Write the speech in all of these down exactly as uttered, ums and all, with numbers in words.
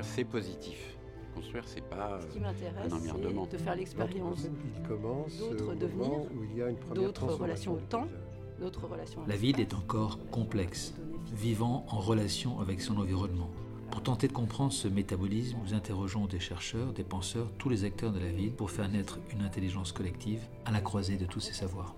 construire, c'est positif. Construire, c'est pas Ce qui m'intéresse, un emmerdement. c'est de faire l'expérience d'autres devenirs, d'autres relations au temps, d'autres relations à La l'espace, ville est encore complexe, vivant en relation avec son environnement. Pour tenter de comprendre ce métabolisme, nous interrogeons des chercheurs, des penseurs, tous les acteurs de la ville pour faire naître une intelligence collective à la croisée de tous ces savoirs.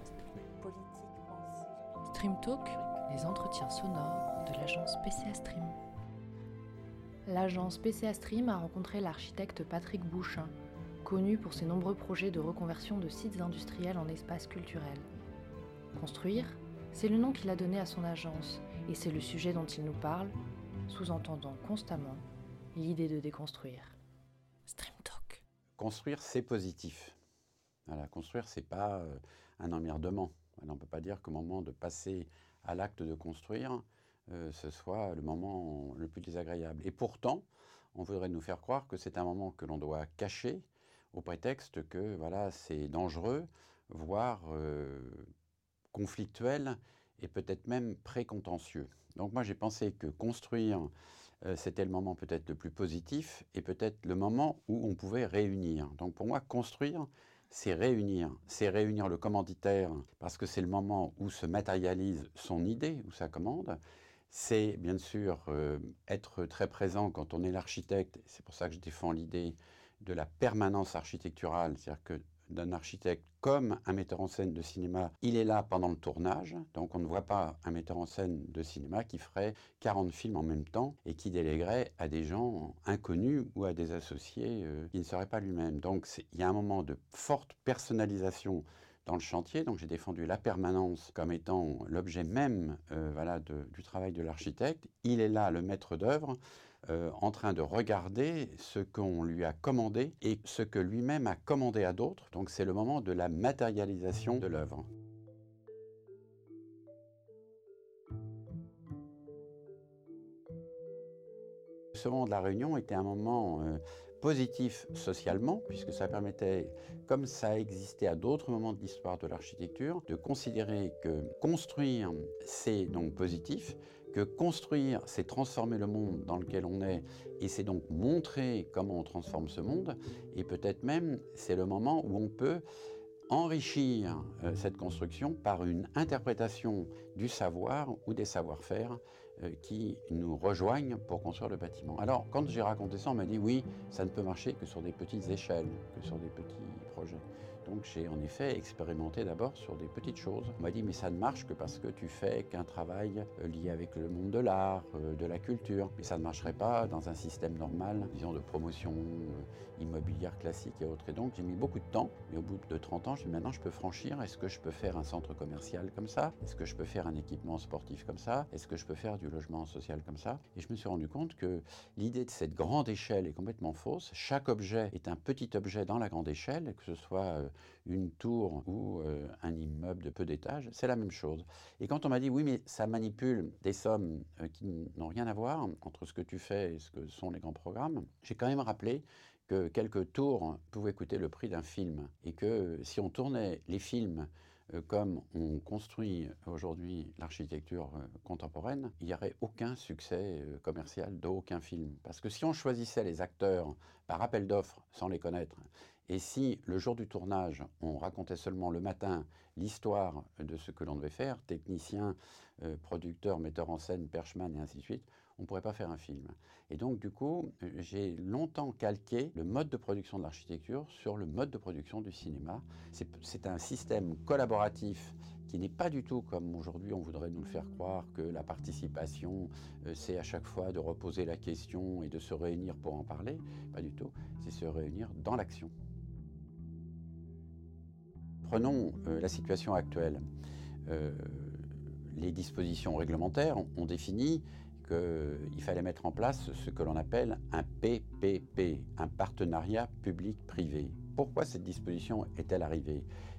Stream Talk, les entretiens sonores de l'agence P C A Stream. L'agence P C A Stream a rencontré l'architecte Patrick Bouchain, connu pour ses nombreux projets de reconversion de sites industriels en espaces culturels. Construire, c'est le nom qu'il a donné à son agence, et c'est le sujet dont il nous parle, sous-entendant constamment l'idée de déconstruire. Stream Talk. Construire, c'est positif. Voilà, construire, c'est pas euh, un emmerdement. Voilà, on ne peut pas dire qu'au moment de passer à l'acte de construire, euh, ce soit le moment le plus désagréable. Et pourtant, on voudrait nous faire croire que c'est un moment que l'on doit cacher au prétexte que voilà, c'est dangereux, voire euh, conflictuel et peut-être même précontentieux. Donc moi j'ai pensé que construire, euh, c'était le moment peut-être le plus positif et peut-être le moment où on pouvait réunir. Donc pour moi, construire, c'est réunir. C'est réunir le commanditaire parce que c'est le moment où se matérialise son idée ou sa commande. C'est bien sûr euh, être très présent quand on est l'architecte. C'est pour ça que je défends l'idée de la permanence architecturale, c'est-à-dire que d'un architecte comme un metteur en scène de cinéma, il est là pendant le tournage, donc on ne voit pas un metteur en scène de cinéma qui ferait quarante films en même temps et qui déléguerait à des gens inconnus ou à des associés euh, qui ne seraient pas lui-même. Donc il y a un moment de forte personnalisation dans le chantier, donc j'ai défendu la permanence comme étant l'objet même euh, voilà, de, du travail de l'architecte. Il est là, le maître d'œuvre, euh, en train de regarder ce qu'on lui a commandé et ce que lui-même a commandé à d'autres. Donc c'est le moment de la matérialisation de l'œuvre. Ce moment de la réunion était un moment euh, positif socialement, puisque ça permettait, comme ça existait à d'autres moments de l'histoire de l'architecture, de considérer que construire, c'est donc positif, que construire, c'est transformer le monde dans lequel on est, et c'est donc montrer comment on transforme ce monde, et peut-être même, c'est le moment où on peut enrichir euh, cette construction par une interprétation du savoir ou des savoir-faire euh, qui nous rejoignent pour construire le bâtiment. Alors, quand j'ai raconté ça, on m'a dit oui, ça ne peut marcher que sur des petites échelles, que sur des petits projets. Donc j'ai en effet expérimenté d'abord sur des petites choses. On m'a dit mais ça ne marche que parce que tu fais qu'un travail euh, lié avec le monde de l'art, euh, de la culture. Mais ça ne marcherait pas dans un système normal, disons de promotion euh, immobilière classique et autres. Et donc j'ai mis beaucoup de temps, mais au bout de trente ans, je me dis maintenant je peux franchir. Est-ce que je peux faire un centre commercial comme ça? Est-ce que je peux faire un équipement sportif comme ça? Est-ce que je peux faire du logement social comme ça? Et je me suis rendu compte que l'idée de cette grande échelle est complètement fausse. Chaque objet est un petit objet dans la grande échelle, que ce soit euh, une tour ou euh, un immeuble de peu d'étages, c'est la même chose. Et quand on m'a dit oui mais ça manipule des sommes euh, qui n'ont rien à voir entre ce que tu fais et ce que sont les grands programmes, j'ai quand même rappelé que quelques tours pouvaient coûter le prix d'un film et que si on tournait les films euh, comme on construit aujourd'hui l'architecture euh, contemporaine, il n'y aurait aucun succès euh, commercial d'aucun film. Parce que si on choisissait les acteurs par appel d'offres sans les connaître, et si le jour du tournage, on racontait seulement le matin l'histoire de ce que l'on devait faire, technicien, euh, producteur, metteur en scène, perchman et ainsi de suite, on ne pourrait pas faire un film. Et donc du coup, j'ai longtemps calqué le mode de production de l'architecture sur le mode de production du cinéma. C'est, c'est un système collaboratif qui n'est pas du tout comme aujourd'hui on voudrait nous le faire croire, que la participation, euh, c'est à chaque fois de reposer la question et de se réunir pour en parler. Pas du tout, c'est se réunir dans l'action. Prenons euh, la situation actuelle. Euh, les dispositions réglementaires ont, ont défini qu'il fallait mettre en place ce que l'on appelle un P P P, un partenariat public-privé. Pourquoi cette disposition est-elle arrivée?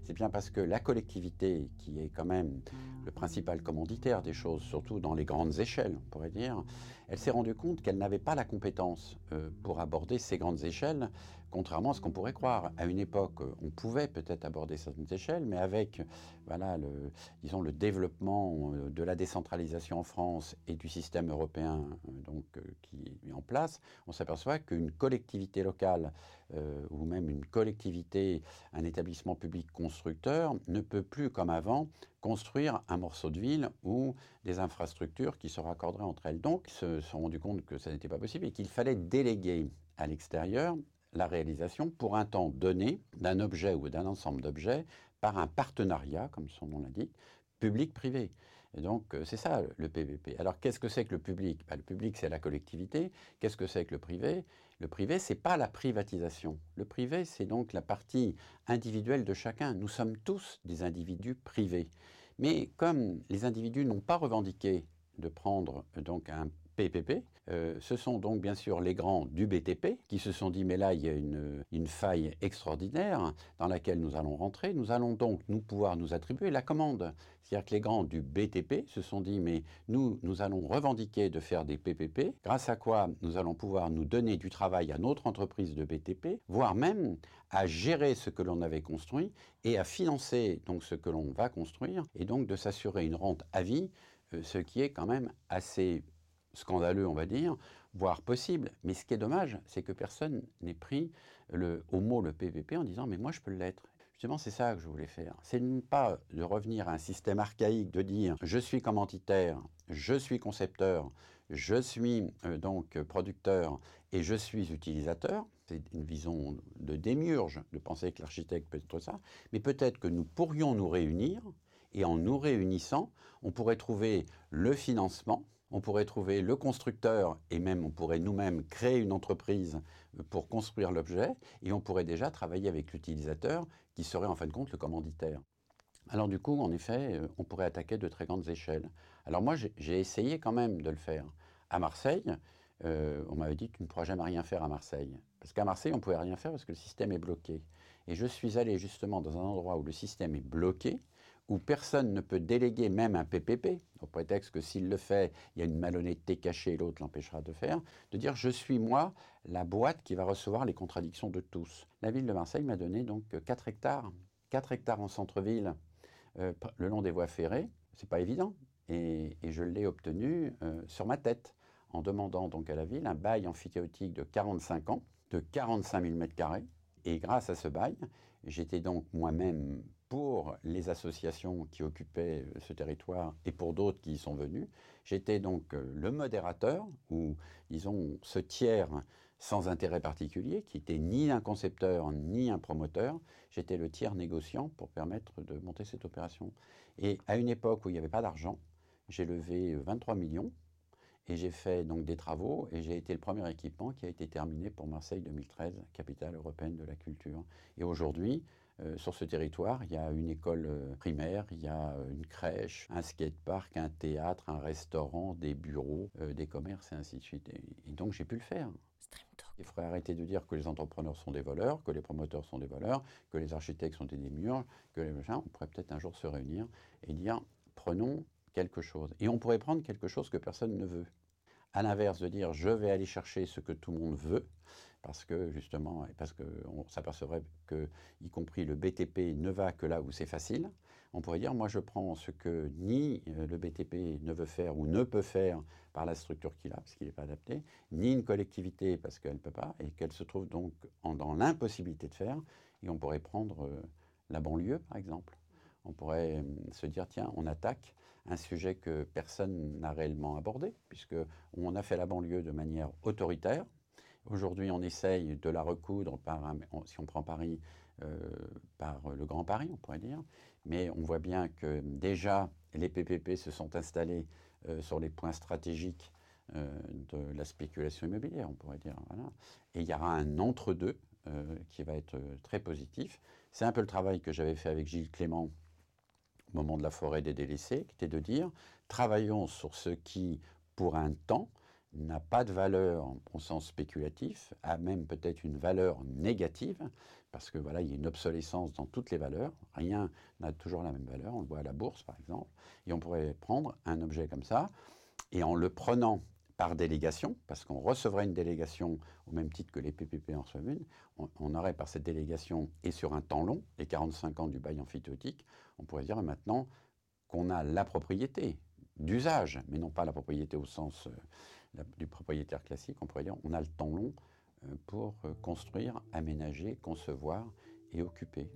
C'est bien parce que la collectivité, qui est quand même le principal commanditaire des choses, surtout dans les grandes échelles, on pourrait dire, elle s'est rendue compte qu'elle n'avait pas la compétence euh, pour aborder ces grandes échelles, contrairement à ce qu'on pourrait croire. À une époque, on pouvait peut-être aborder certaines échelles, mais avec voilà, le, disons, le développement de la décentralisation en France et du système européen donc, qui est mis en place, on s'aperçoit qu'une collectivité locale euh, ou même une collectivité, un établissement public constructeur ne peut plus, comme avant, construire un morceau de ville ou des infrastructures qui se raccorderaient entre elles. Donc, ils se sont rendus compte que ça n'était pas possible et qu'il fallait déléguer à l'extérieur la réalisation pour un temps donné d'un objet ou d'un ensemble d'objets par un partenariat, comme son nom l'indique, public-privé. Et donc, c'est ça le P P P. Alors, qu'est-ce que c'est que le public ? Ben, le public, c'est la collectivité. Qu'est-ce que c'est que le privé ? Le privé, ce n'est pas la privatisation. Le privé, c'est donc la partie individuelle de chacun. Nous sommes tous des individus privés. Mais comme les individus n'ont pas revendiqué de prendre donc un P P P, euh, ce sont donc bien sûr les grands du B T P qui se sont dit mais là il y a une, une faille extraordinaire dans laquelle nous allons rentrer, nous allons donc nous pouvoir nous attribuer la commande. C'est-à-dire que les grands du B T P se sont dit mais nous, nous allons revendiquer de faire des P P P, grâce à quoi nous allons pouvoir nous donner du travail à notre entreprise de B T P, voire même à gérer ce que l'on avait construit et à financer donc ce que l'on va construire et donc de s'assurer une rente à vie, euh, ce qui est quand même assez scandaleux, on va dire, voire possible. Mais ce qui est dommage, c'est que personne n'ait pris le, au mot le P P P en disant « mais moi je peux l'être ». Justement, c'est ça que je voulais faire. C'est pas de revenir à un système archaïque de dire « je suis commanditaire, je suis concepteur, je suis euh, donc producteur et je suis utilisateur ». C'est une vision de démiurge de penser que l'architecte peut être ça. Mais peut-être que nous pourrions nous réunir et en nous réunissant, on pourrait trouver le financement, on pourrait trouver le constructeur et même on pourrait nous-mêmes créer une entreprise pour construire l'objet et on pourrait déjà travailler avec l'utilisateur qui serait en fin de compte le commanditaire. Alors du coup, en effet, on pourrait attaquer de très grandes échelles. Alors moi, j'ai essayé quand même de le faire. À Marseille, euh, on m'avait dit que tu ne pourras jamais rien faire à Marseille. Parce qu'à Marseille, on ne pouvait rien faire parce que le système est bloqué. Et je suis allé justement dans un endroit où le système est bloqué, où personne ne peut déléguer même un P P P, au prétexte que s'il le fait, il y a une malhonnêteté cachée et l'autre l'empêchera de faire, de dire je suis moi la boîte qui va recevoir les contradictions de tous. La ville de Marseille m'a donné donc quatre hectares, quatre hectares en centre-ville, euh, le long des voies ferrées, c'est pas évident, et, et je l'ai obtenu euh, sur ma tête, en demandant donc à la ville un bail amphithéotique de quarante-cinq ans, de quarante-cinq mille mètres carrés, et grâce à ce bail, j'étais donc moi-même pour les associations qui occupaient ce territoire et pour d'autres qui y sont venus. J'étais donc le modérateur, ou disons ce tiers sans intérêt particulier, qui n'était ni un concepteur ni un promoteur. J'étais le tiers négociant pour permettre de monter cette opération. Et à une époque où il n'y avait pas d'argent, j'ai levé vingt-trois millions et j'ai fait donc des travaux et j'ai été le premier équipement qui a été terminé pour Marseille deux mille treize, capitale européenne de la culture. Et aujourd'hui, Euh, sur ce territoire, il y a une école euh, primaire, il y a euh, une crèche, un skatepark, un théâtre, un restaurant, des bureaux, euh, des commerces et ainsi de suite. Et, et donc j'ai pu le faire. Il faudrait arrêter de dire que les entrepreneurs sont des voleurs, que les promoteurs sont des voleurs, que les architectes sont des démiurges, que les machins. On pourrait peut-être un jour se réunir et dire prenons quelque chose. Et on pourrait prendre quelque chose que personne ne veut. À l'inverse de dire je vais aller chercher ce que tout le monde veut, parce que justement, parce qu'on s'apercevrait que, y compris le B T P ne va que là où c'est facile, on pourrait dire moi je prends ce que ni le B T P ne veut faire ou ne peut faire par la structure qu'il a, parce qu'il n'est pas adapté, ni une collectivité parce qu'elle ne peut pas, et qu'elle se trouve donc en, dans l'impossibilité de faire, et on pourrait prendre euh, la banlieue par exemple. On pourrait euh, se dire tiens, on attaque un sujet que personne n'a réellement abordé, puisqu'on a fait la banlieue de manière autoritaire. Aujourd'hui, on essaye de la recoudre par, un, si on prend Paris, euh, par le Grand Paris, on pourrait dire. Mais on voit bien que déjà, les P P P se sont installés euh, sur les points stratégiques euh, de la spéculation immobilière, on pourrait dire. Voilà. Et il y aura un entre-deux euh, qui va être très positif. C'est un peu le travail que j'avais fait avec Gilles Clément au moment de la forêt des délaissés, qui était de dire, travaillons sur ce qui, pour un temps, n'a pas de valeur au sens spéculatif, a même peut-être une valeur négative, parce que voilà, il y a une obsolescence dans toutes les valeurs. Rien n'a toujours la même valeur. On le voit à la bourse, par exemple. Et on pourrait prendre un objet comme ça, et en le prenant par délégation, parce qu'on recevrait une délégation au même titre que les P P P en reçoivent une, on, on aurait par cette délégation, et sur un temps long, les quarante-cinq ans du bail emphytéotique, on pourrait dire maintenant qu'on a la propriété d'usage, mais non pas la propriété au sens euh, la, du propriétaire classique, on pourrait dire on a le temps long euh, pour euh, construire, aménager, concevoir et occuper.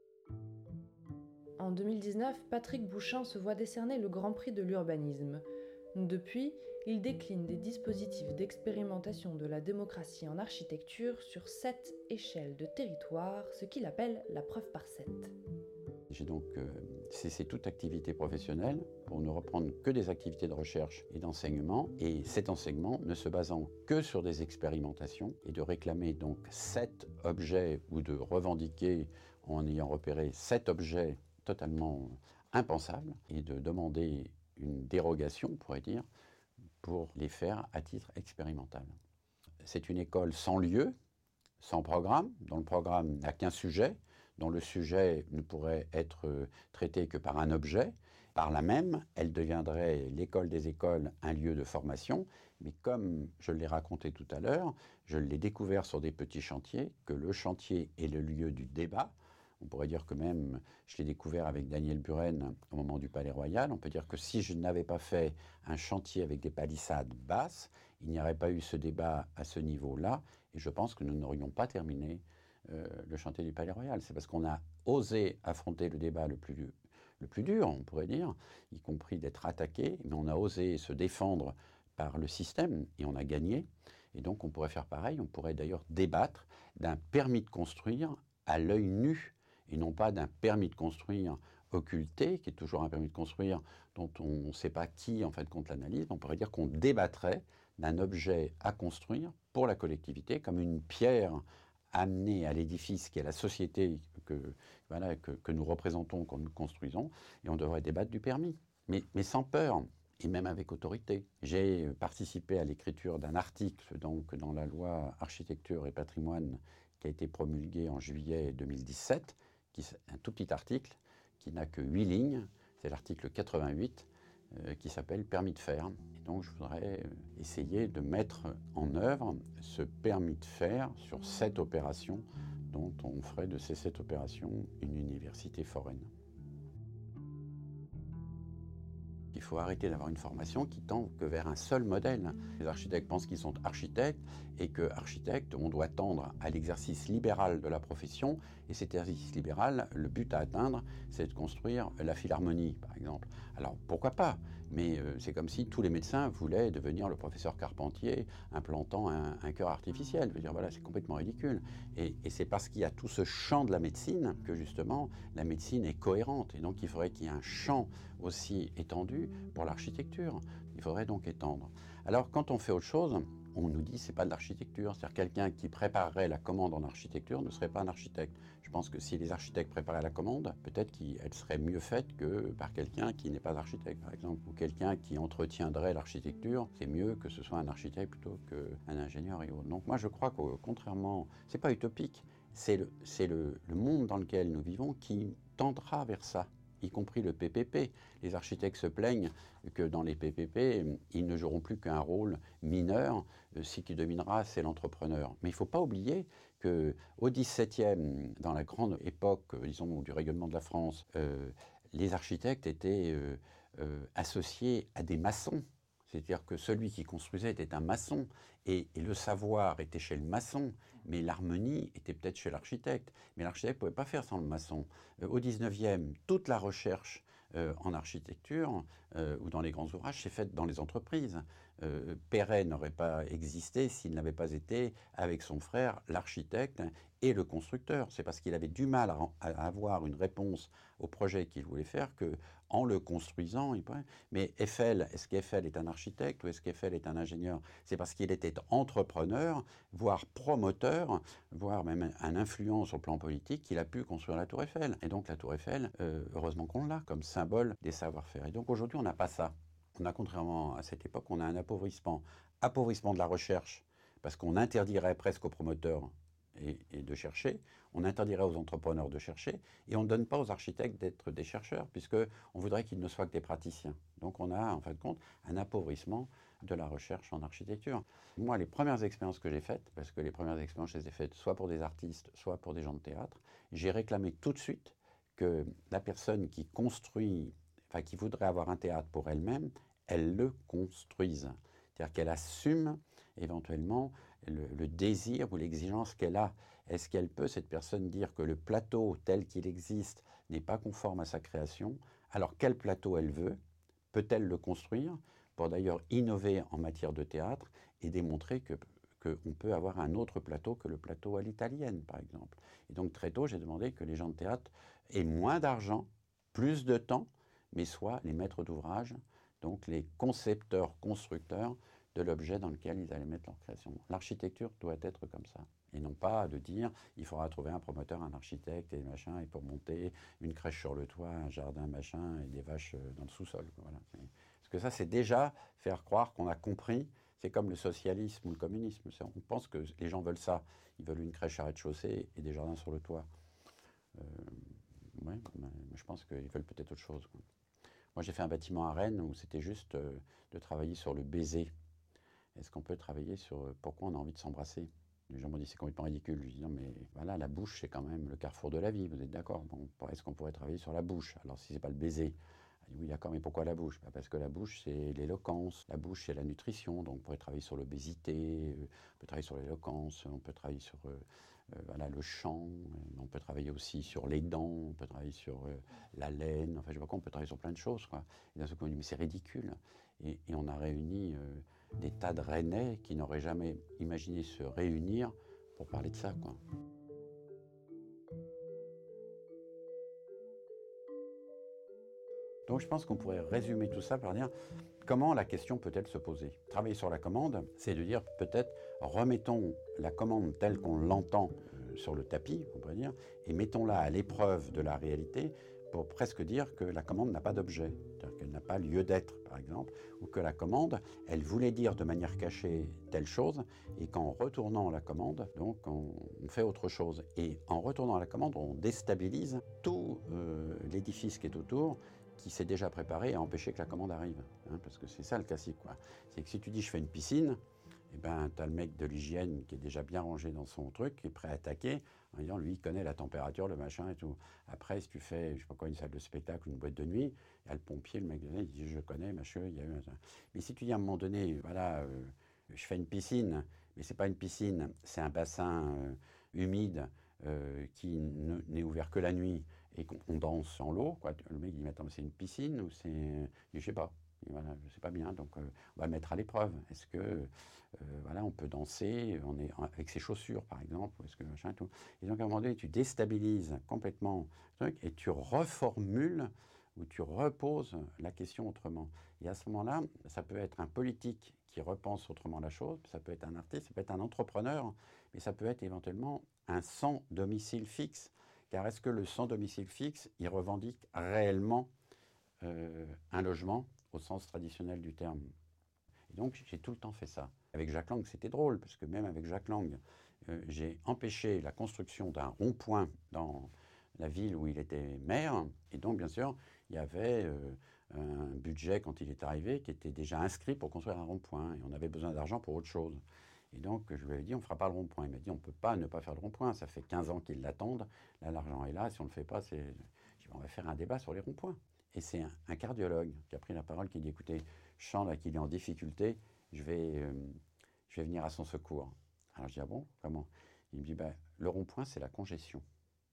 En deux mille dix-neuf, Patrick Bouchain se voit décerner le Grand Prix de l'urbanisme. Depuis, il décline des dispositifs d'expérimentation de la démocratie en architecture sur sept échelles de territoire, ce qu'il appelle la preuve par sept. J'ai donc euh, cessé toute activité professionnelle pour ne reprendre que des activités de recherche et d'enseignement, et cet enseignement ne se basant que sur des expérimentations, et de réclamer donc sept objets ou de revendiquer en ayant repéré sept objets totalement impensables et de demander une dérogation, on pourrait dire, pour les faire à titre expérimental. C'est une école sans lieu, sans programme, dont le programme n'a qu'un sujet, dont le sujet ne pourrait être traité que par un objet. Par là même, elle deviendrait l'école des écoles, un lieu de formation, mais comme je l'ai raconté tout à l'heure, je l'ai découvert sur des petits chantiers, que le chantier est le lieu du débat. On pourrait dire que même, je l'ai découvert avec Daniel Buren au moment du Palais Royal, on peut dire que si je n'avais pas fait un chantier avec des palissades basses, il n'y aurait pas eu ce débat à ce niveau-là, et je pense que nous n'aurions pas terminé euh, le chantier du Palais Royal. C'est parce qu'on a osé affronter le débat le plus, le plus dur, on pourrait dire, y compris d'être attaqué, mais on a osé se défendre par le système, et on a gagné. Et donc on pourrait faire pareil, on pourrait d'ailleurs débattre d'un permis de construire à l'œil nu, et non pas d'un permis de construire occulté, qui est toujours un permis de construire dont on ne sait pas qui, en fait, compte l'analyse. On pourrait dire qu'on débattrait d'un objet à construire pour la collectivité, comme une pierre amenée à l'édifice qui est la société que, voilà, que, que nous représentons, que nous construisons, et on devrait débattre du permis, mais, mais sans peur, et même avec autorité. J'ai participé à l'écriture d'un article donc, dans la loi Architecture et Patrimoine qui a été promulguée en juillet deux mille dix-sept, qui, un tout petit article qui n'a que huit lignes, c'est l'article quatre-vingt-huit, euh, qui s'appelle « Permis de faire ». Et donc je voudrais essayer de mettre en œuvre ce permis de faire sur sept opérations, dont on ferait de ces sept opérations une université foraine. Il faut arrêter d'avoir une formation qui tend que vers un seul modèle. Les architectes pensent qu'ils sont architectes et qu'architecte, on doit tendre à l'exercice libéral de la profession. Et cet exercice libéral, le but à atteindre, c'est de construire la Philharmonie, par exemple. Alors, pourquoi pas? Mais euh, c'est comme si tous les médecins voulaient devenir le professeur Carpentier implantant un, un cœur artificiel. Je veux dire, voilà, c'est complètement ridicule. Et, et c'est parce qu'il y a tout ce champ de la médecine que, justement, la médecine est cohérente. Et donc, il faudrait qu'il y ait un champ aussi étendu pour l'architecture. Il faudrait donc étendre. Alors, quand on fait autre chose, on nous dit que ce n'est pas de l'architecture. C'est-à-dire quelqu'un qui préparerait la commande en architecture ne serait pas un architecte. Je pense que si les architectes préparaient la commande, peut-être qu'elle serait mieux faite que par quelqu'un qui n'est pas architecte, par exemple. Ou quelqu'un qui entretiendrait l'architecture, c'est mieux que ce soit un architecte plutôt qu'un ingénieur et autres. Donc moi, je crois que contrairement, c'est pas utopique, c'est le, c'est le, le monde dans lequel nous vivons qui tendra vers ça, y compris le P P P. Les architectes se plaignent que dans les P P P, ils ne joueront plus qu'un rôle mineur. Ce qui dominera, c'est l'entrepreneur. Mais il ne faut pas oublier qu'au dix-septième, dans la grande époque, disons, du rayonnement de la France, euh, les architectes étaient euh, euh, associés à des maçons. C'est-à-dire que celui qui construisait était un maçon, et, et le savoir était chez le maçon, mais l'harmonie était peut-être chez l'architecte. Mais l'architecte ne pouvait pas faire sans le maçon. Euh, au dix-neuvième, toute la recherche euh, en architecture euh, ou dans les grands ouvrages s'est faite dans les entreprises. Euh, Perret n'aurait pas existé s'il n'avait pas été, avec son frère, l'architecte et le constructeur. C'est parce qu'il avait du mal à, à avoir une réponse au projet qu'il voulait faire qu'en le construisant, il pourrait... Mais Eiffel, est-ce qu'Eiffel est un architecte ou est-ce qu'Eiffel est un ingénieur? C'est parce qu'il était entrepreneur, voire promoteur, voire même un influence au plan politique, qu'il a pu construire la Tour Eiffel. Et donc la Tour Eiffel, euh, heureusement qu'on l'a comme symbole des savoir-faire. Et donc aujourd'hui, on n'a pas ça. On a, contrairement à cette époque, on a un appauvrissement. Appauvrissement de la recherche, parce qu'on interdirait presque aux promoteurs et, et de chercher, on interdirait aux entrepreneurs de chercher, et on ne donne pas aux architectes d'être des chercheurs, puisqu'on voudrait qu'ils ne soient que des praticiens. Donc on a, en fin de compte, un appauvrissement de la recherche en architecture. Moi, les premières expériences que j'ai faites, parce que les premières expériences, je les ai faites soit pour des artistes, soit pour des gens de théâtre, j'ai réclamé tout de suite que la personne qui construit, enfin qui voudrait avoir un théâtre pour elle-même, elle le construise. C'est-à-dire qu'elle assume éventuellement le, le désir ou l'exigence qu'elle a. Est-ce qu'elle peut, cette personne, dire que le plateau tel qu'il existe n'est pas conforme à sa création? Alors quel plateau elle veut? Peut-elle le construire pour d'ailleurs innover en matière de théâtre et démontrer que qu'on peut avoir un autre plateau que le plateau à l'italienne, par exemple. Et donc très tôt, j'ai demandé que les gens de théâtre aient moins d'argent, plus de temps, mais soient les maîtres d'ouvrage, donc les concepteurs, constructeurs de l'objet dans lequel ils allaient mettre leur création. L'architecture doit être comme ça. Et non pas de dire, il faudra trouver un promoteur, un architecte et machin, et pour monter une crèche sur le toit, un jardin machin, et des vaches dans le sous-sol. Voilà. Parce que ça, c'est déjà faire croire qu'on a compris. C'est comme le socialisme ou le communisme. On pense que les gens veulent ça. Ils veulent une crèche à rez-de-chaussée et des jardins sur le toit. Euh, ouais, je pense qu'ils veulent peut-être autre chose, quoi. Moi, j'ai fait un bâtiment à Rennes où c'était juste euh, de travailler sur le baiser. Est-ce qu'on peut travailler sur euh, pourquoi on a envie de s'embrasser? Les gens m'ont dit c'est complètement ridicule. Je dis non, mais voilà, la bouche, c'est quand même le carrefour de la vie. Vous êtes d'accord? Bon, est-ce qu'on pourrait travailler sur la bouche? Alors, si c'est pas le baiser. Oui, d'accord, mais pourquoi la bouche? Parce que la bouche, c'est l'éloquence. La bouche, c'est la nutrition. Donc, on pourrait travailler sur l'obésité, on peut travailler sur l'éloquence, on peut travailler sur euh, euh, voilà, le chant, on peut travailler aussi sur les dents, on peut travailler sur euh, la laine. Enfin, je vois quoi, on peut travailler sur plein de choses, quoi. Et d'un seul coup, on dit, mais c'est ridicule. Et, et on a réuni euh, des tas de Rennais qui n'auraient jamais imaginé se réunir pour parler de ça, quoi. Donc je pense qu'on pourrait résumer tout ça par dire comment la question peut-elle se poser. Travailler sur la commande, c'est de dire peut-être remettons la commande telle qu'on l'entend euh, sur le tapis, on pourrait dire, et mettons-la à l'épreuve de la réalité pour presque dire que la commande n'a pas d'objet, c'est-à-dire qu'elle n'a pas lieu d'être, par exemple, ou que la commande, elle voulait dire de manière cachée telle chose, et qu'en retournant la commande, donc on, on fait autre chose. Et en retournant la commande, on déstabilise tout euh, l'édifice qui est autour, qui s'est déjà préparé à empêcher que la commande arrive. Hein, parce que c'est ça le classique, quoi. C'est que si tu dis je fais une piscine, eh ben, tu as le mec de l'hygiène qui est déjà bien rangé dans son truc, qui est prêt à attaquer, en disant lui, il connaît la température, le machin et tout. Après, si tu fais, je sais pas quoi, une salle de spectacle, une boîte de nuit, il y a le pompier, le mec de il dit je connais, machin, il y a eu un... Mais si tu dis à un moment donné, voilà, euh, je fais une piscine, mais c'est pas une piscine, c'est un bassin euh, humide, Euh, qui n'est ouvert que la nuit et qu'on danse en l'eau, quoi. Le mec dit, mais attends, c'est une piscine ou c'est... Je sais pas. Et voilà, je sais pas bien, donc euh, on va le mettre à l'épreuve. Est-ce que, euh, voilà, on peut danser on est, avec ses chaussures, par exemple, ou est-ce que machin, tout. Et donc, à un moment donné, tu déstabilises complètement le truc et tu reformules ou tu reposes la question autrement. Et à ce moment-là, ça peut être un politique qui repense autrement la chose, ça peut être un artiste, ça peut être un entrepreneur, mais ça peut être éventuellement un sans domicile fixe. Car est-ce que le sans domicile fixe, il revendique réellement euh, un logement au sens traditionnel du terme? Et donc, j'ai tout le temps fait ça. Avec Jacques Lang, c'était drôle, parce que même avec Jacques Lang, euh, j'ai empêché la construction d'un rond-point dans la ville où il était maire. Et donc, bien sûr, il y avait euh, un budget, quand il est arrivé, qui était déjà inscrit pour construire un rond-point. Et on avait besoin d'argent pour autre chose. Et donc, je lui ai dit, on ne fera pas le rond-point. Il m'a dit, on ne peut pas ne pas faire le rond-point. Ça fait quinze ans qu'ils l'attendent. Là, l'argent est là. Si on ne le fait pas, c'est... Je dis, on va faire un débat sur les ronds-points. Et c'est un, un cardiologue qui a pris la parole, qui dit, écoutez, je sens là qu'il est en difficulté. Je vais, euh, je vais venir à son secours. Alors, je dis, ah bon, comment? Il me dit, ben, le rond-point, c'est la congestion.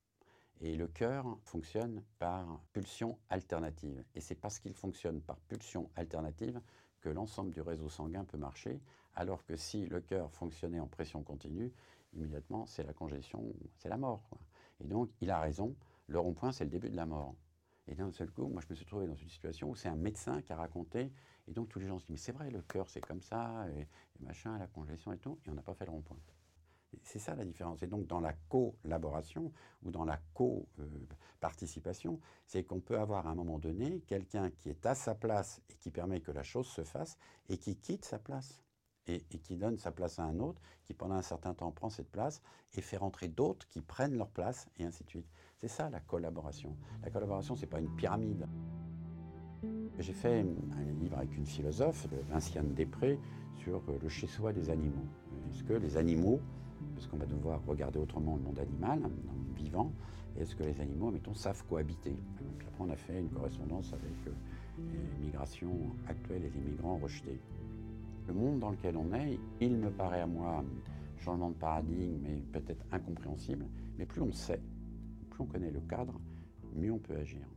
Et le cœur fonctionne par pulsion alternative. Et c'est parce qu'il fonctionne par pulsion alternative que l'ensemble du réseau sanguin peut marcher, alors que si le cœur fonctionnait en pression continue, immédiatement, c'est la congestion, c'est la mort, quoi. Et donc, il a raison, le rond-point, c'est le début de la mort. Et d'un seul coup, moi, je me suis trouvé dans une situation où c'est un médecin qui a raconté, et donc tous les gens se disent, mais c'est vrai, le cœur, c'est comme ça, et, et machin, la congestion et tout, et on n'a pas fait le rond-point. C'est ça la différence. Et donc dans la collaboration ou dans la co-participation, c'est qu'on peut avoir à un moment donné quelqu'un qui est à sa place et qui permet que la chose se fasse et qui quitte sa place et, et qui donne sa place à un autre qui pendant un certain temps prend cette place et fait rentrer d'autres qui prennent leur place et ainsi de suite. C'est ça la collaboration. La collaboration, ce n'est pas une pyramide. J'ai fait un livre avec une philosophe, Vinciane Després, sur le chez-soi des animaux. Est-ce que les animaux, parce qu'on va devoir regarder autrement le monde animal, le monde vivant, est-ce que les animaux, mettons, savent cohabiter? Puis après, on a fait une correspondance avec les migrations actuelles et les migrants rejetés. Le monde dans lequel on est, il me paraît à moi, changement de paradigme, mais peut-être incompréhensible, mais plus on sait, plus on connaît le cadre, mieux on peut agir.